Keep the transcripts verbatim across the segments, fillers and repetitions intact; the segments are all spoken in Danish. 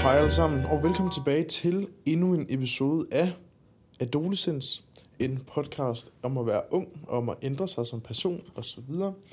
Hej alle sammen, og velkommen tilbage til endnu en episode af Adolescence. En podcast om at være ung, om at ændre sig som person osv.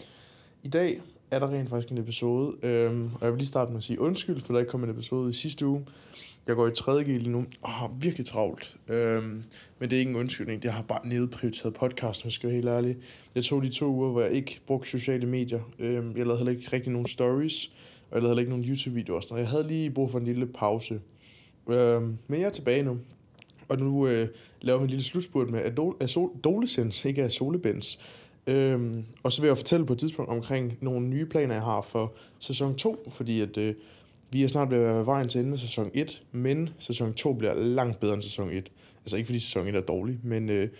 I dag er der rent faktisk en episode, øhm, og jeg vil lige starte med at sige undskyld, for der ikke kom en episode i sidste uge. Jeg går i tredje G lige nu, og har virkelig travlt. Øhm, men det er ikke en undskyldning, jeg har bare nedprioriteret podcasten, hvis jeg skal være helt ærlig. Jeg tog de to uger, hvor jeg ikke brugte sociale medier. Øhm, jeg lavede heller ikke rigtig nogen stories, og jeg lavede heller ikke nogen YouTube-videoer. Så jeg havde lige brug for en lille pause. Øhm, men jeg er tilbage nu, og nu øh, laver vi en lille slutspurt med Adolescence, ikke af Solebens. Øhm, og så vil jeg fortælle på et tidspunkt omkring nogle nye planer, jeg har for sæson to, fordi at øh, vi er snart ved at være vejen til ende med sæson et, men sæson to bliver langt bedre end sæson et. Altså ikke fordi sæson et er dårlig, men øh,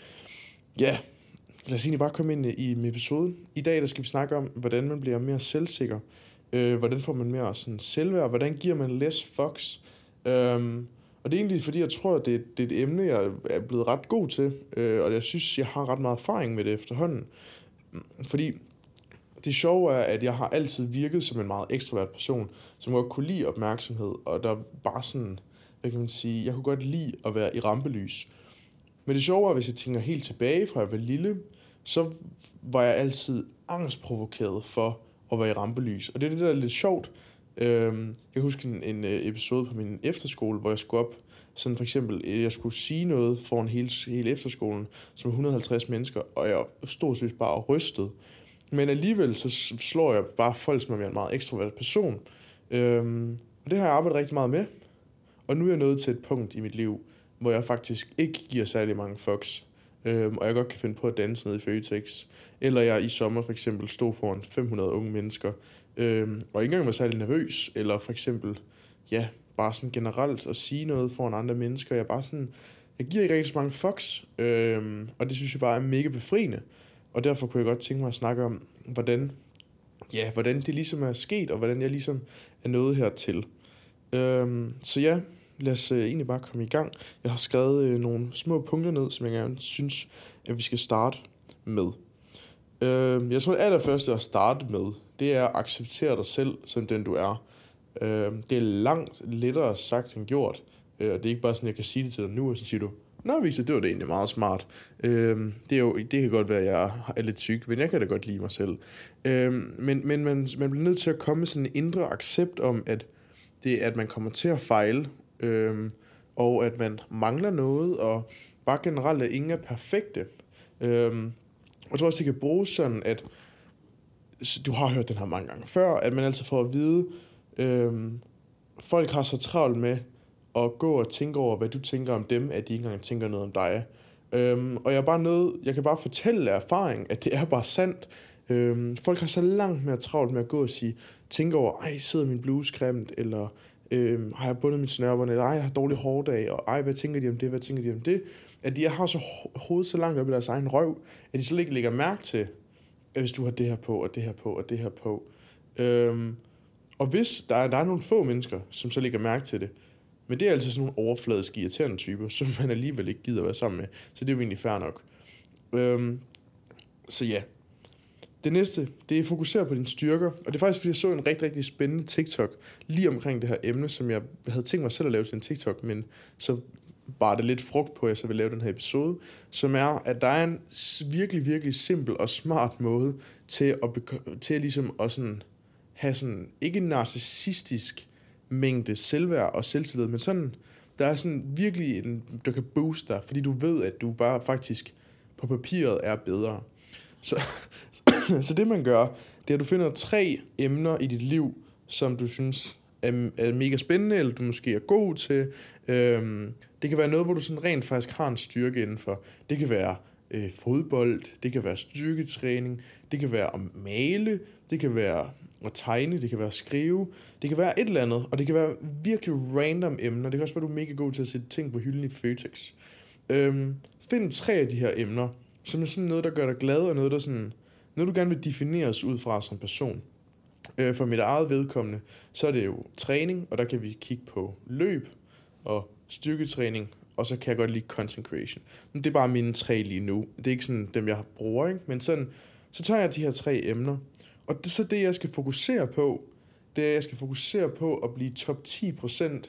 ja, lad os egentlig bare komme ind i med episoden. I dag der skal vi snakke om, hvordan man bliver mere selvsikker. Øh, hvordan får man mere sådan selvværd? Hvordan giver man less fucks? Øhm, og det er egentlig fordi, jeg tror, at det, det er et emne, jeg er blevet ret god til. Øh, og jeg synes, jeg har ret meget erfaring med det efterhånden. Fordi det sjove er, at jeg har altid virket som en meget ekstrovert person, som godt kunne lide opmærksomhed. Og der bare sådan, hvad kan man sige, jeg kunne godt lide at være i rampelys. Men det sjove er, hvis jeg tænker helt tilbage fra jeg var lille, så var jeg altid angstprovokeret for at være i rampelys. Og det er det, der er lidt sjovt. Jeg kan huske en, en episode på min efterskole, hvor jeg skulle op, sådan for eksempel, jeg skulle sige noget foran hele, hele efterskolen, som et hundrede og halvtreds mennesker, og jeg stod set bare og rystede. Men alligevel så slår jeg bare folk, som er en meget ekstrovert person. Øhm, og det har jeg arbejdet rigtig meget med. Og nu er jeg nået til et punkt i mit liv, hvor jeg faktisk ikke giver særlig mange fucks. Øhm, og jeg godt kan finde på at danse ned i Føtex. Eller jeg i sommer for eksempel stod foran fem hundrede unge mennesker. Øhm, og ikke engang var særlig nervøs. Eller for eksempel, ja, bare sådan generelt at sige noget foran andre mennesker. Jeg bare sådan, jeg giver ikke rigtig så mange fucks. Øhm, og det synes jeg bare er mega befriende. Og derfor kunne jeg godt tænke mig at snakke om, hvordan, ja, hvordan det ligesom er sket, og hvordan jeg ligesom er nået hertil. Øhm, så ja, lad os uh, egentlig bare komme i gang. Jeg har skrevet uh, nogle små punkter ned, som jeg gerne synes, at vi skal starte med. Øhm, jeg tror, det allerførste at starte med, det er at acceptere dig selv, som den du er. Øhm, det er langt lettere sagt end gjort. Øh, og det er ikke bare sådan, jeg kan sige det til dig nu, og så siger du, nå Victor, det var det egentlig meget smart. Øhm, det, er jo, det kan godt være, at jeg er lidt syg, men jeg kan da godt lide mig selv. Øhm, men men man, man bliver nødt til at komme med sådan en indre accept om, at, det, at man kommer til at fejle, øhm, og at man mangler noget, og bare generelt, at ingen er perfekte. Øhm, jeg tror også, det kan bruges sådan, at du har hørt den her mange gange før, at man altid får at vide, øhm, folk har så travlt med og gå og tænke over, hvad du tænker om dem, at de ikke engang tænker noget om dig. Øhm, og jeg er bare nødt, jeg kan bare fortælle af erfaring, at det er bare sandt. Øhm, folk har så langt mere travlt med at gå og sige, tænke over, ej, sidder min bluse grimt, eller øhm, har jeg bundet mit snørbånd, eller ej, jeg har dårlig hårdag, og ej, hvad tænker de om det, hvad tænker de om det? At de har så ho- hovedet så langt op i deres egen røv, at de slet ikke lægger mærke til, at hvis du har det her på, og det her på, og det her på. Øhm, og hvis der er, der er nogle få mennesker, som så lægger mærke til det, men det er altså sådan nogle overfladiske, irriterende typer, som man alligevel ikke gider at være sammen med. Så det er jo egentlig fair nok. Øhm, så ja. Det næste, det er at fokusere på dine styrker. Og det er faktisk, fordi jeg så en rigtig, rigtig spændende TikTok lige omkring det her emne, som jeg havde tænkt mig selv at lave til en TikTok, men så bare det lidt frugt på, at jeg så vil lave den her episode, som er, at der er en virkelig, virkelig simpel og smart måde til at, bek- til at ligesom at sådan have sådan, ikke en narcissistisk mængde selvværd og selvtillid, men sådan, der er sådan virkelig en, der kan booste dig, fordi du ved, at du bare faktisk på papiret er bedre. Så, så det man gør, det er, at du finder tre emner i dit liv, som du synes er, er mega spændende, eller du måske er god til. Øhm, det kan være noget, hvor du sådan rent faktisk har en styrke indenfor. Det kan være øh, fodbold, det kan være styrketræning, det kan være at male, det kan være at tegne, det kan være at skrive, det kan være et eller andet, og det kan være virkelig random emner. Det kan også være, du er mega god til at sætte ting på hylden i Føtex. Øhm, find tre af de her emner, som er sådan noget, der gør dig glad, og noget, der sådan, noget du gerne vil defineres ud fra som person. Øh, for mit eget vedkommende, så er det jo træning, og der kan vi kigge på løb og styrketræning, og så kan jeg godt lide content creation. Men det er bare mine tre lige nu. Det er ikke sådan dem, jeg bruger, ikke? Men sådan, så tager jeg de her tre emner, og det er så det, jeg skal fokusere på. Det er, at jeg skal fokusere på at blive top ti procent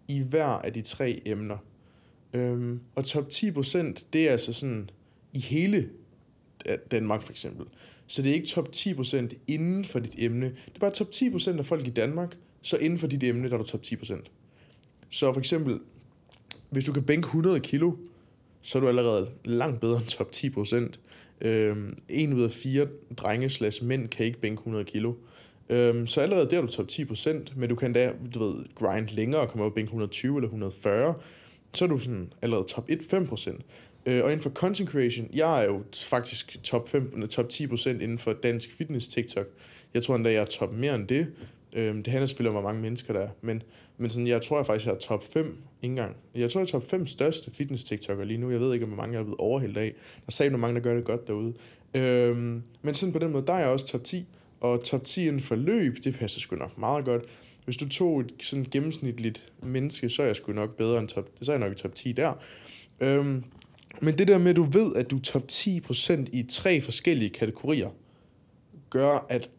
i hver af de tre emner. Øhm, og top ti procent, det er altså sådan i hele Danmark for eksempel. Så det er ikke top ti procent inden for dit emne. Det er bare top ti procent af folk i Danmark, så inden for dit emne, der er du top ti procent. Så for eksempel, hvis du kan bænke hundrede kilo, så er du allerede langt bedre end top ti procent. Øhm, en ud af fire drenge slash mænd kan ikke bænke hundrede kilo. Øhm, så allerede der er du top ti procent, men du kan da, du ved, grind længere og komme op og bænke et hundrede og tyve eller et hundrede og fyrre. Så er du sådan allerede top et til fem procent. Øh, og inden for content creation, jeg er jo faktisk top, fem, top ti procent inden for dansk fitness TikTok. Jeg tror endda, jeg er top mere end det. Øh, det handler selvfølgelig om, hvor mange mennesker der er. Men, men sådan, jeg tror jeg faktisk, jeg er top fem ikke engang. Jeg tror, jeg er top fem største fitness TikToker lige nu. Jeg ved ikke, hvor mange jeg er blevet overhældt af. Der er sagt, hvor mange, der gør det godt derude. Øh, men sådan på den måde, der er jeg også top ti. Og top ti inden for løb, det passer sgu nok meget godt. Hvis du tog et sådan gennemsnitligt menneske, så er jeg sgu nok bedre end top, så er jeg nok i top ti der. Øhm, men det der med, at du ved, at du er top ti procent i tre forskellige kategorier, gør, at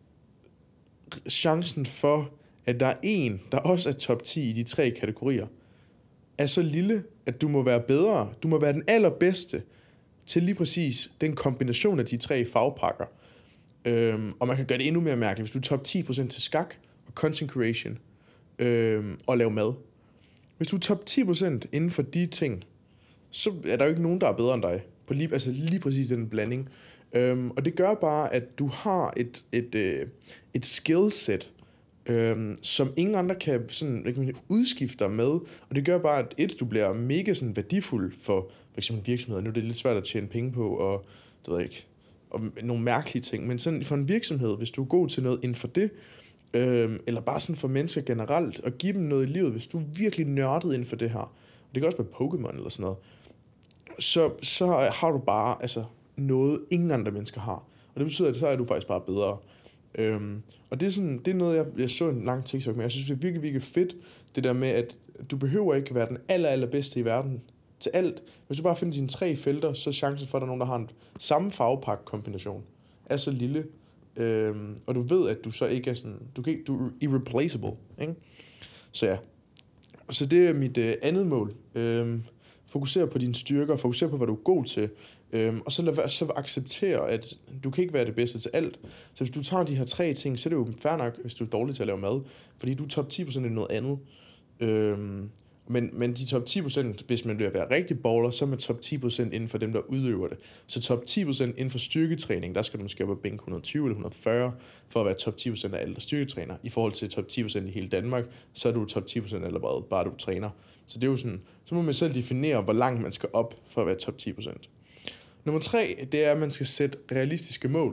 chancen for, at der er en, der også er top ti i de tre kategorier, er så lille, at du må være bedre. Du må være den allerbedste til lige præcis den kombination af de tre fagpakker. Øhm, og man kan gøre det endnu mere mærkeligt, hvis du er top ti procent til skak og content creation øhm, og lave mad. Hvis du er top ti procent inden for de ting, så er der jo ikke nogen, der er bedre end dig på lige, altså lige præcis den blanding. Øhm, og det gør bare, at du har et, et, et, et skillset, øhm, som ingen andre kan, sådan, kan udskifte dig med. Og det gør bare, at et, du bliver mega sådan, værdifuld for for eksempel virksomheder. Nu er det lidt svært at tjene penge på, og det ved jeg ikke, og nogle mærkelige ting. Men sådan for en virksomhed, hvis du er god til noget inden for det, øhm, eller bare sådan for mennesker generelt, og give dem noget i livet, hvis du er virkelig nørdet inden for det her, og det kan også være Pokémon eller sådan noget, så, så har du bare altså, noget, ingen andre mennesker har. Og det betyder, at så er du faktisk bare bedre. Øhm, og det er, sådan, det er noget, jeg, jeg så en lang TikTok med. Jeg synes, det er virkelig, virkelig fedt, det der med, at du behøver ikke være den aller, allerbedste i verden til alt. Hvis du bare finder dine tre felter, så er chancen for, at der er nogen, der har en samme farvepakke-kombination, er så lille. Øhm, og du ved, at du så ikke er sådan, du, kan ikke, du er irreplaceable, ikke? Så ja. Så det er mit øh, andet mål. Øhm, fokusere på dine styrker, fokusere på, hvad du er god til, øhm, og så, lad, så acceptere, at du kan ikke være det bedste til alt. Så hvis du tager de her tre ting, så er det jo fair nok, hvis du er dårlig til at lave mad, fordi du er top ti procent i noget andet. Øhm, men, men de top ti procent, hvis man vil være rigtig baller, så er man top ti procent inden for dem, der udøver det. Så top ti procent inden for styrketræning, der skal du måske op og bænke et hundrede og tyve eller et hundrede og fyrre, for at være top ti procent af alle, der styrketræner. I forhold til top ti procent i hele Danmark, så er du top ti procent allerede, bare du træner. Så det er jo sådan, så må man selv definere, hvor langt man skal op for at være top ti procent. Nummer tre, det er, at man skal sætte realistiske mål.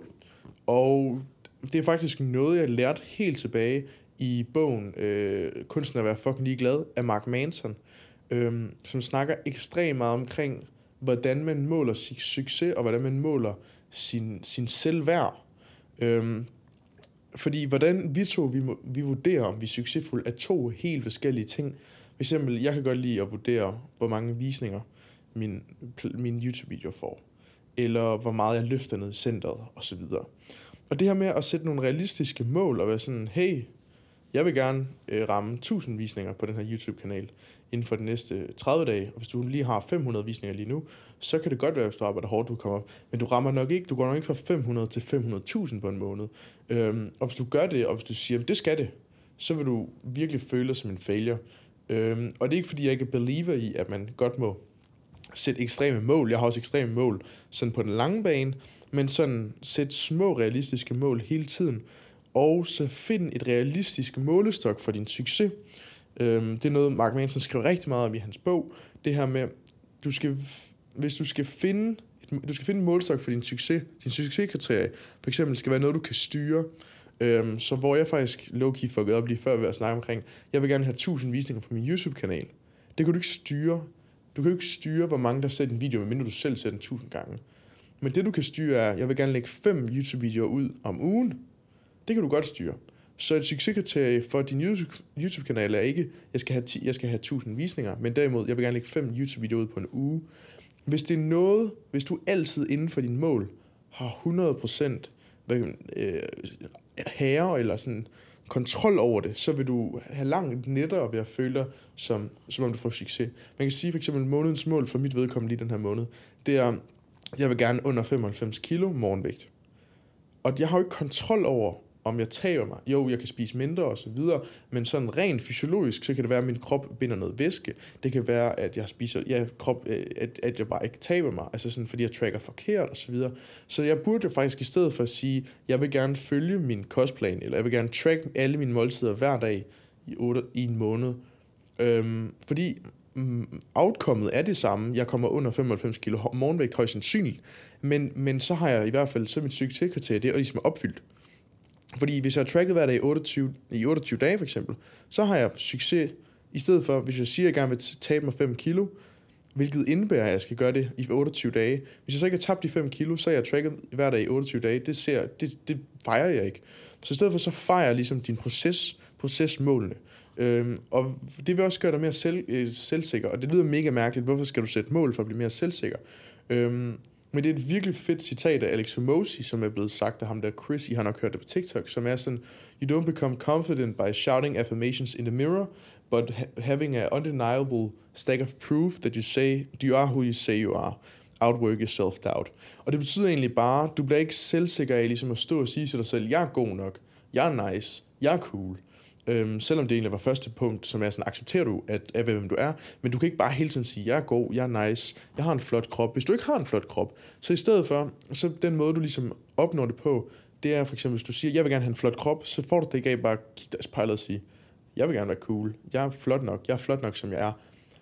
Og det er faktisk noget, jeg lærte helt tilbage i bogen øh, Kunsten at være fucking ligeglad af Mark Manson, øh, som snakker ekstremt meget omkring, hvordan man måler sin succes, og hvordan man måler sin, sin selvværd. Øh, fordi hvordan vi to, vi, må, vi vurderer, om vi er succesfulde, er to helt forskellige ting. For eksempel, jeg kan godt lide at vurdere, hvor mange visninger min, min YouTube-video får, eller hvor meget jeg løfter ned i centret, osv. Og det her med at sætte nogle realistiske mål, og være sådan, hey, jeg vil gerne øh, ramme tusind visninger på den her YouTube-kanal inden for de næste tredive dage, og hvis du lige har fem hundrede visninger lige nu, så kan det godt være, hvis du arbejder hårdt, du kommer op, men du rammer nok ikke, du går nok ikke fra fem hundrede til fem hundrede tusind på en måned. Øhm, og hvis du gør det, og hvis du siger, det skal det, så vil du virkelig føle dig som en failure. Øhm, og det er ikke, fordi jeg ikke believer i, at man godt må sætte ekstreme mål. Jeg har også ekstreme mål sådan på den lange bane, men sådan sæt små realistiske mål hele tiden, og så find et realistisk målestok for din succes. Øhm, det er noget, Mark Manson skriver rigtig meget om i hans bog. Det her med, du skal, hvis du skal finde du skal finde en målestok for din succes, din succeskriterie, for eksempel skal være noget, du kan styre. Øhm, så hvor jeg faktisk low-key fucked op lige før ved at snakke omkring, jeg vil gerne have tusind visninger på min YouTube-kanal. Det kan du ikke styre. Du kan jo ikke styre, hvor mange der ser en video, medmindre du selv ser den tusind gange. Men det du kan styre er, jeg vil gerne lægge fem YouTube-videoer ud om ugen. Det kan du godt styre. Så et succeskriterie for din YouTube-kanal er ikke, jeg skal have ti, jeg skal have tusind visninger, men derimod, jeg vil gerne lægge fem YouTube-videoer ud på en uge. Hvis det er noget, hvis du altid inden for din mål har hundrede procent øh, herre eller sådan kontrol over det, så vil du have langt nettere ved at føle dig, som, som om du får succes. Man kan sige for eksempel, månedens mål for mit vedkommende lige den her måned, det er, jeg vil gerne under femoghalvfems kilo morgenvægt. Og jeg har jo ikke kontrol over, om jeg taber mig. Jo, jeg kan spise mindre og så videre, men sådan rent fysiologisk, så kan det være, at min krop binder noget væske. Det kan være, at jeg spiser, ja, krop, at, at jeg bare ikke taber mig, altså sådan, fordi jeg tracker forkert og så videre. Så jeg burde faktisk i stedet for at sige, jeg vil gerne følge min kostplan, eller jeg vil gerne track alle mine måltider hver dag i, otte, i en måned. Øhm, fordi mm, outcomet er det samme. Jeg kommer under femoghalvfems kilo morgenvægt højst sandsynligt, men, men så har jeg i hvert fald, så mit succeskriterie, det er ligesom opfyldt. Fordi hvis jeg har tracket hver dag i otteogtyve, i otteogtyve dage for eksempel, så har jeg succes, i stedet for, hvis jeg siger, at jeg gerne vil tabe mig fem kilo, hvilket indebærer, at jeg skal gøre det i otteogtyve dage. Hvis jeg så ikke har tabt de fem kilo, så har jeg tracket hver dag i otteogtyve dage. Det, ser, det, det fejrer jeg ikke. Så i stedet for, så fejrer jeg ligesom din proces, procesmålene. Øhm, og det vil også gøre dig mere selv, øh, selvsikker, og det lyder mega mærkeligt. Hvorfor skal du sætte mål for at blive mere selvsikker? Øhm, Men det er et virkelig fedt citat af Alex Hormozi, som er blevet sagt af ham der Chris, I har nok hørt det på TikTok, som er sådan, you don't become confident by shouting affirmations in the mirror, but ha- having an undeniable stack of proof that you say, you are who you say you are. Outwork your self-doubt. Og det betyder egentlig bare, du bliver ikke selvsikker af ligesom at stå og sige til dig selv, jeg er god nok, jeg er nice, jeg er cool. Øhm, selvom det egentlig var første punkt, som er sådan, accepterer du, at, at hvem du er, men du kan ikke bare hele tiden sige, jeg er god, jeg er nice, jeg har en flot krop. Hvis du ikke har en flot krop, så i stedet for, så den måde, du ligesom opnår det på, det er for eksempel, hvis du siger, jeg vil gerne have en flot krop, så får du det ikke af bare at kigge dig i spejlet og sige, jeg vil gerne være cool, jeg er flot nok, jeg er flot nok, som jeg er.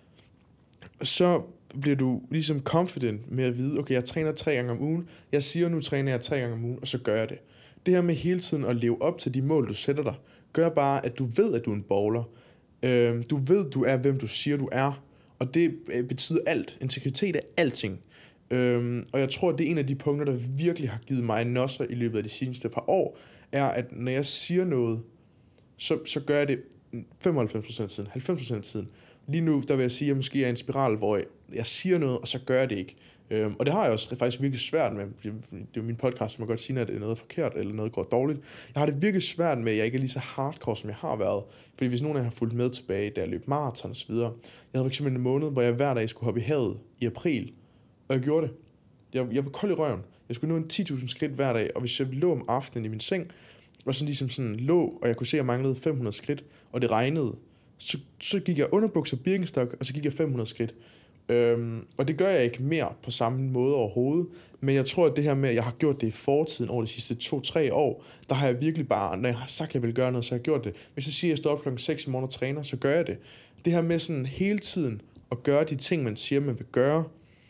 Så bliver du ligesom confident med at vide, okay, jeg træner tre gange om ugen, jeg siger, nu træner jeg tre gange om ugen, og så gør jeg det. Det her med hele tiden at leve op til de mål, du sætter dig, gør bare, at du ved, at du er en bowler. Øh, du ved, du er, hvem du siger, du er. Og det betyder alt. Integritet er alting. Øh, og jeg tror, at det er en af de punkter, der virkelig har givet mig nosser i løbet af de seneste par år, er, at når jeg siger noget, så, så gør jeg det femoghalvfems procent af tiden, halvfems procent af tiden. Lige nu, der vil jeg sige, at jeg måske er en spiral, hvor jeg, jeg siger noget, og så gør jeg det ikke. Øhm, og det har jeg også faktisk virkelig svært med. Det er jo min podcast, som man godt sige, at det er noget forkert, eller noget går dårligt. Jeg har det virkelig svært med, at jeg ikke er lige så hardcore, som jeg har været. Fordi hvis nogen af jer har fulgt med tilbage, da jeg løb maraton og så videre. Jeg havde for eksempel en måned, hvor jeg hver dag skulle hoppe i havet i april. Og jeg gjorde det. Jeg, jeg var kold i røven. Jeg skulle nå en ti tusind skridt hver dag, og hvis jeg lå om aftenen i min seng, og sådan ligesom sådan lå, og jeg kunne se, at jeg manglede fem hundrede skridt, og det regnede, så, så gik jeg underbukser, Birkenstock, og så gik jeg fem hundrede skridt. Øhm, og det gør jeg ikke mere på samme måde overhovedet, men jeg tror, at det her med, at jeg har gjort det i fortiden over de sidste to-tre år, der har jeg virkelig bare, når jeg har sagt, at jeg vil gøre noget, så har jeg gjort det. Hvis jeg siger, at jeg står op klokken seks i morgen og træner, så gør jeg det. Det her med sådan hele tiden at gøre de ting, man siger, man vil gøre,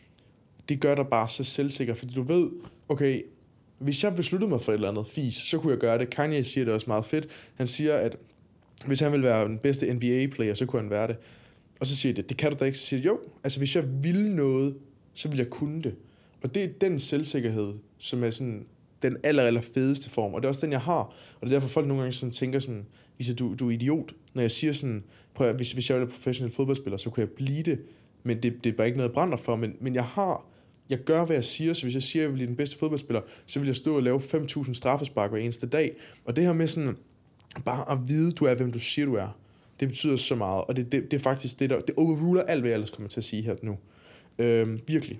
det gør dig bare så selvsikker, fordi du ved, okay, hvis jeg besluttede mig for et eller andet fis, så kunne jeg gøre det. Kanye siger det også meget fedt. Han siger, at hvis han vil være den bedste N B A-player, så kunne han være det. Og så siger jeg det, det kan du da ikke. Så siger jeg, jo, altså hvis jeg ville noget, så ville jeg kunne det. Og det er den selvsikkerhed, som er sådan den aller, aller fedeste form. Og det er også den, jeg har. Og det er derfor, folk nogle gange sådan tænker sådan, Lisa, du, du er idiot. Når jeg siger sådan, prøv at, hvis, hvis jeg var professionel fodboldspiller, så kunne jeg blive det. Men det, det er bare ikke noget, jeg brænder for. Men, men jeg har, jeg gør, hvad jeg siger. Så hvis jeg siger, at jeg vil blive den bedste fodboldspiller, så vil jeg stå og lave fem tusind straffespark hver eneste dag. Og det her med sådan, bare at vide, du er, hvem du siger, du er. Det betyder så meget, og det, det, det er faktisk det, der, det overruler alt, hvad jeg ellers kommer til at sige her nu. Øhm, virkelig.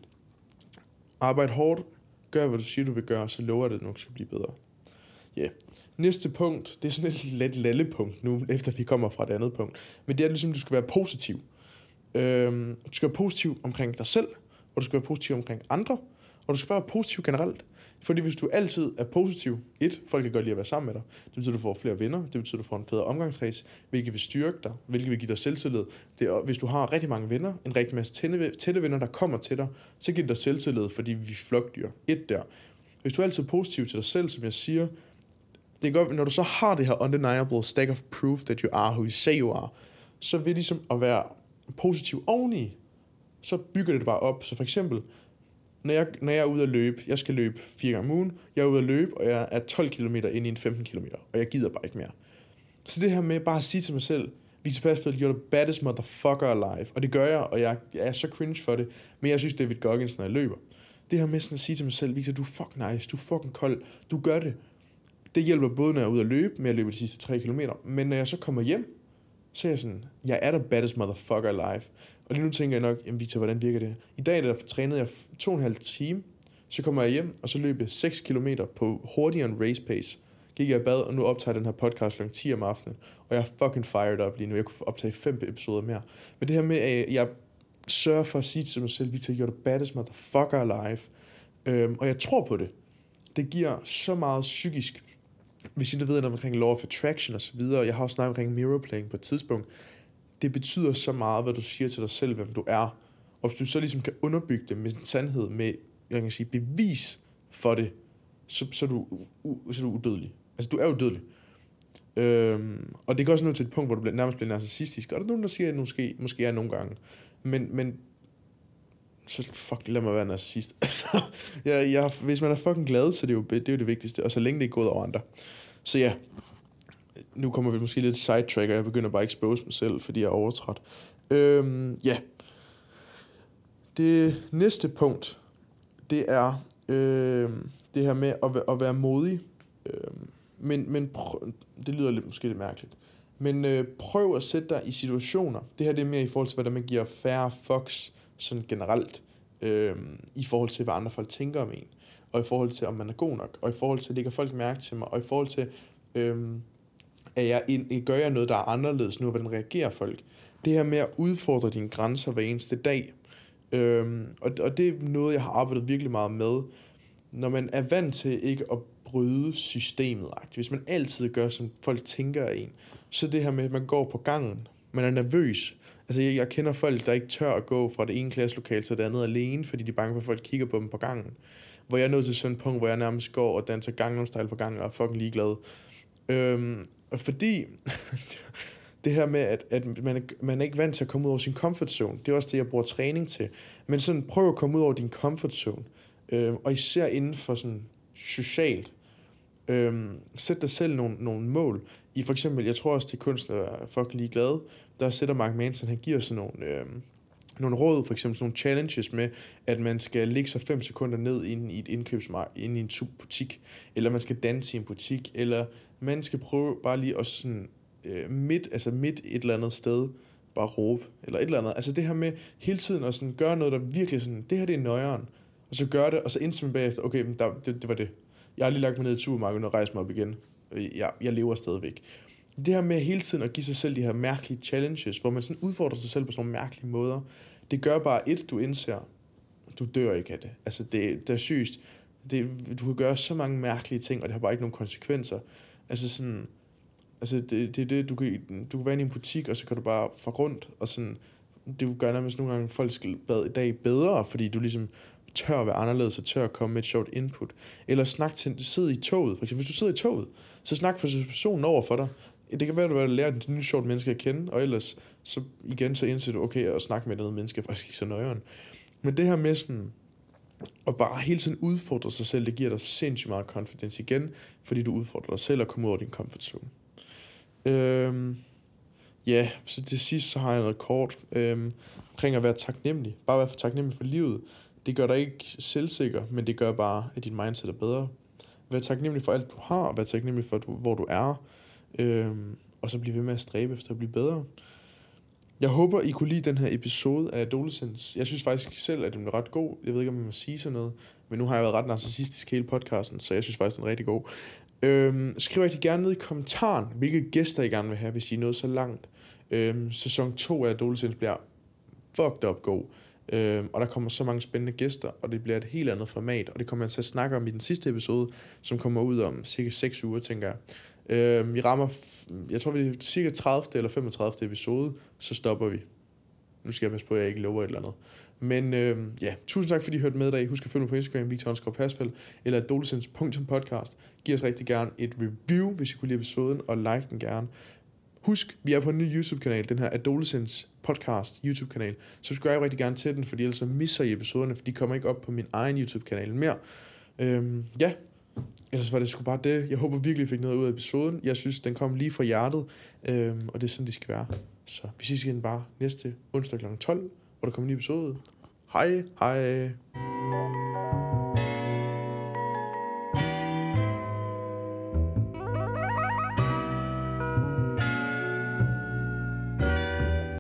Arbejd hårdt, gør, hvad du siger, du vil gøre, så lover jeg, at det nok skal blive bedre. Ja. Yeah. Næste punkt, det er sådan et let lallepunkt nu, efter vi kommer fra et andet punkt. Men det er ligesom, du skal være positiv. Øhm, du skal være positiv omkring dig selv, og du skal være positiv omkring andre, og du skal bare være positiv generelt. Fordi hvis du altid er positiv, et, folk kan godt lide at være sammen med dig. Det betyder, at du får flere venner. Det betyder, at du får en federe omgangskreds, hvilket vil styrke dig, hvilket vil give dig selvtillid. Det er, hvis du har rigtig mange venner, en rigtig masse tætte, tætte venner, der kommer til dig, så giver det dig selvtillid, fordi vi er flokdyr. Et der. Hvis du er altid positiv til dig selv, som jeg siger, det er godt, når du så har det her undeniable stack of proof that you are who you say you are, så vil ligesom at være positiv oveni, så bygger det bare op. Så for eksempel, Når jeg, når jeg er ude at løbe, jeg skal løbe fire gange om ugen, jeg er ude at løbe, og jeg er tolv kilometer inde i en femten kilometer, og jeg gider bare ikke mere. Så det her med bare at sige til mig selv, Victor Pasfield, you're the baddest motherfucker alive, og det gør jeg, og jeg, jeg er så cringe for det, men jeg synes, David Goggins, når jeg løber. Det her med sådan at sige til mig selv, Victor, du er fucking nice, du er fucking kold, du gør det. Det hjælper både, når jeg er ude at løbe, med at løbe de sidste tre kilometer, men når jeg så kommer hjem, så er jeg sådan, jeg er the baddest motherfucker alive. Og lige nu tænker jeg nok, jamen Victor, hvordan virker det her? I dag, der trænede jeg to og en halv time, så kommer jeg hjem, og så løber jeg seks kilometer på hurtigere end race pace. Gik jeg i bad, og nu optager den her podcast klokken ti om aftenen, og jeg er fucking fired up lige nu. Jeg kunne optage fem episoder mere. Men det her med, at jeg sørger for at sige til mig selv, Victor, you're the baddest motherfucker alive. Øhm, og jeg tror på det. Det giver så meget psykisk. Hvis I ved noget omkring law of attraction og så videre, jeg har også snakket omkring mirror playing på et tidspunkt, det betyder så meget, hvad du siger til dig selv, hvem du er. Og hvis du så ligesom kan underbygge det med en sandhed, med, jeg kan sige, bevis for det, så, så, er, du, u, så er du udødelig. Altså, du er udødelig. Øhm, og det går også ned til et punkt, hvor du bliver, nærmest bliver narcissistisk. Og der er nogen, der siger, at måske, måske er nogle gange. Men, men så fuck, lad mig være narcissist. Altså, jeg, jeg, hvis man er fucking glad, så det er jo det, er jo det vigtigste. Og så længe det ikke er gået over andre. Så ja, nu kommer vi måske lidt sidetrack, og jeg begynder bare at expose mig selv, fordi jeg er overtræt. Øhm, ja. Det næste punkt, det er øh, det her med at, at være modig. Øh, men men prøv, det lyder lidt, måske lidt mærkeligt. Men øh, prøv at sætte dig i situationer. Det her det er mere i forhold til, hvordan man giver færre fucks sådan generelt. Øh, I forhold til, hvad andre folk tænker om en. Og i forhold til, om man er god nok. Og i forhold til, lægger folk mærke til mig. Og i forhold til, øh, at jeg ind, gør jeg noget, der er anderledes nu, hvordan reagerer folk. Det her med at udfordre dine grænser hver eneste dag. Øhm, og, og det er noget, jeg har arbejdet virkelig meget med. Når man er vant til ikke at bryde systemet, hvis man altid gør, som folk tænker af en, så det her med, at man går på gangen, man er nervøs. Altså jeg, jeg kender folk, der ikke tør at gå fra det ene klasselokale til det andet alene, fordi de er bange for, at folk kigger på dem på gangen. Hvor jeg er nået til sådan et punkt, hvor jeg nærmest går og danser Gangnam Style på gangen og er fucking ligeglad. Øhm, fordi det her med, at, at man, man er ikke vant til at komme ud over sin comfort zone. Det er også det, jeg bruger træning til. Men sådan, prøv at komme ud over din comfort zone. Øhm, og især inden for sådan socialt. Øhm, sæt dig selv nogle, nogle mål. I for eksempel, jeg tror også, det kunstner er fucking ligeglade. Der sætter Mark Manson, han giver sådan nogle, øhm, nogle råd, for eksempel sådan nogle challenges med, at man skal ligge sig fem sekunder ned inde i et indkøbsmarked, inde i en subbutik, eller man skal danse i en butik, eller man skal prøve bare lige at sådan midt, altså midt et eller andet sted, bare råbe, eller et eller andet. Altså det her med hele tiden at sådan gøre noget, der virkelig sådan, det her det er nøjeren, og så gør det, og så indtil man bagefter, okay, men der, det, det var det. Jeg har lige lagt mig ned i supermarkedet og rejst mig op igen. Jeg, jeg lever stadigvæk. Det her med hele tiden at give sig selv de her mærkelige challenges, hvor man sådan udfordrer sig selv på sådan nogle mærkelige måder, det gør bare et, du indser, du dør ikke af det. Altså det, det er sygt. Det, du kan gøre så mange mærkelige ting, og det har bare ikke nogen konsekvenser. Altså sådan, altså det, det er det, du kan, du kan være inde i en butik, og så kan du bare få rundt, og sådan, det gør nærmest nogle gange folk skal i dag bedre, fordi du ligesom tør at være anderledes, og tør at komme med et sjovt input. Eller snak til, sidde i toget, for eksempel, hvis du sidder i toget, så snak for personen over for dig. Det kan være, at du har lært et nyt sjovt menneske at kende, og ellers, så igen, så indser du, okay, at snakke med et andet menneske er faktisk ikke så nøjeren. Men det her med sådan, og bare hele tiden udfordre sig selv, det giver dig sindssygt meget confidence igen, fordi du udfordrer dig selv og kommer ud af din comfort zone. Øhm, ja, så til sidst så har jeg noget kort øhm, omkring at være taknemmelig. Bare være for taknemmelig for livet. Det gør dig ikke selvsikker, men det gør bare, at dit mindset er bedre. Vær taknemmelig for alt du har, vær taknemmelig for hvor du er, øhm, og så blive ved med at stræbe efter at blive bedre. Jeg håber, I kunne lide den her episode af Adolescence. Jeg synes faktisk selv, at den er ret god. Jeg ved ikke, om jeg må sige sådan noget, men nu har jeg været ret narcissistisk hele podcasten, så jeg synes faktisk, den er rigtig god. Øhm, skriv rigtig gerne ned i kommentaren, hvilke gæster I gerne vil have, hvis I er nået så langt. Øhm, sæson to af Adolescence bliver fucked up god. Øhm, og der kommer så mange spændende gæster, og det bliver et helt andet format, og det kommer jeg til at snakke om i den sidste episode, som kommer ud om cirka seks uger, tænker jeg. Øhm, vi rammer, jeg tror vi er cirka tredivte eller femogtredivte episode, så stopper vi. Nu skal jeg passe på, at jeg ikke lover et eller andet. Men øhm, ja, tusind tak, fordi I hørte med i dag. Husk at følge mig på Instagram, Victor Ansgaard Pasfald, eller adolescence punktum podcast. Giv os rigtig gerne et review, hvis I kunne lide episoden, og like den gerne. Husk, vi er på en ny YouTube-kanal, den her Adolescence podcast YouTube-kanal. Så subscribe jeg rigtig gerne til den, fordi ellers så misser I episoderne, for de kommer ikke op på min egen YouTube-kanal mere. Øhm, ja, ellers var det sgu bare det. Jeg håber virkelig, I fik noget ud af episoden. Jeg synes, den kom lige fra hjertet, øhm, og det er sådan, det skal være. Så vi ses igen bare næste onsdag klokken tolv, hvor der kommer en ny episode. Hej, hej.